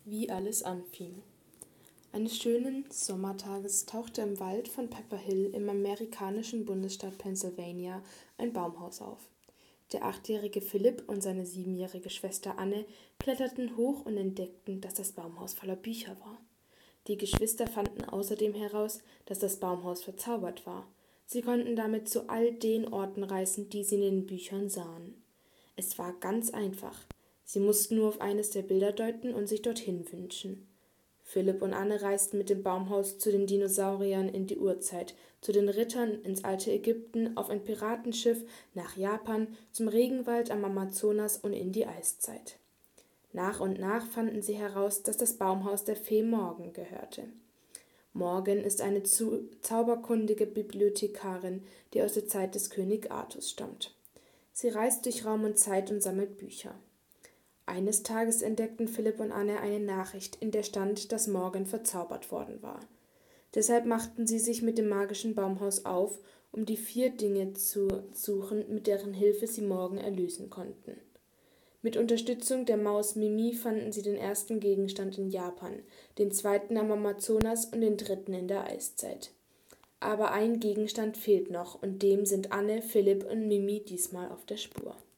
Wie alles anfing. Eines schönen Sommertages tauchte im Wald von Pepper Hill im amerikanischen Bundesstaat Pennsylvania ein Baumhaus auf. Der 8-jährige Philipp und seine 7-jährige Schwester Anne kletterten hoch und entdeckten, dass das Baumhaus voller Bücher war. Die Geschwister fanden außerdem heraus, dass das Baumhaus verzaubert war. Sie konnten damit zu all den Orten reisen, die sie in den Büchern sahen. Es war ganz einfach. Sie mussten nur auf eines der Bilder deuten und sich dorthin wünschen. Philipp und Anne reisten mit dem Baumhaus zu den Dinosauriern in die Urzeit, zu den Rittern ins alte Ägypten, auf ein Piratenschiff, nach Japan, zum Regenwald am Amazonas und in die Eiszeit. Nach und nach fanden sie heraus, dass das Baumhaus der Fee Morgan gehörte. Morgan ist eine zauberkundige Bibliothekarin, die aus der Zeit des König Artus stammt. Sie reist durch Raum und Zeit und sammelt Bücher. Eines Tages entdeckten Philipp und Anne eine Nachricht, in der stand, dass Morgan verzaubert worden war. Deshalb machten sie sich mit dem magischen Baumhaus auf, um die 4 Dinge zu suchen, mit deren Hilfe sie Morgan erlösen konnten. Mit Unterstützung der Maus Mimi fanden sie den ersten Gegenstand in Japan, den zweiten am Amazonas und den dritten in der Eiszeit. Aber ein Gegenstand fehlt noch und dem sind Anne, Philipp und Mimi diesmal auf der Spur.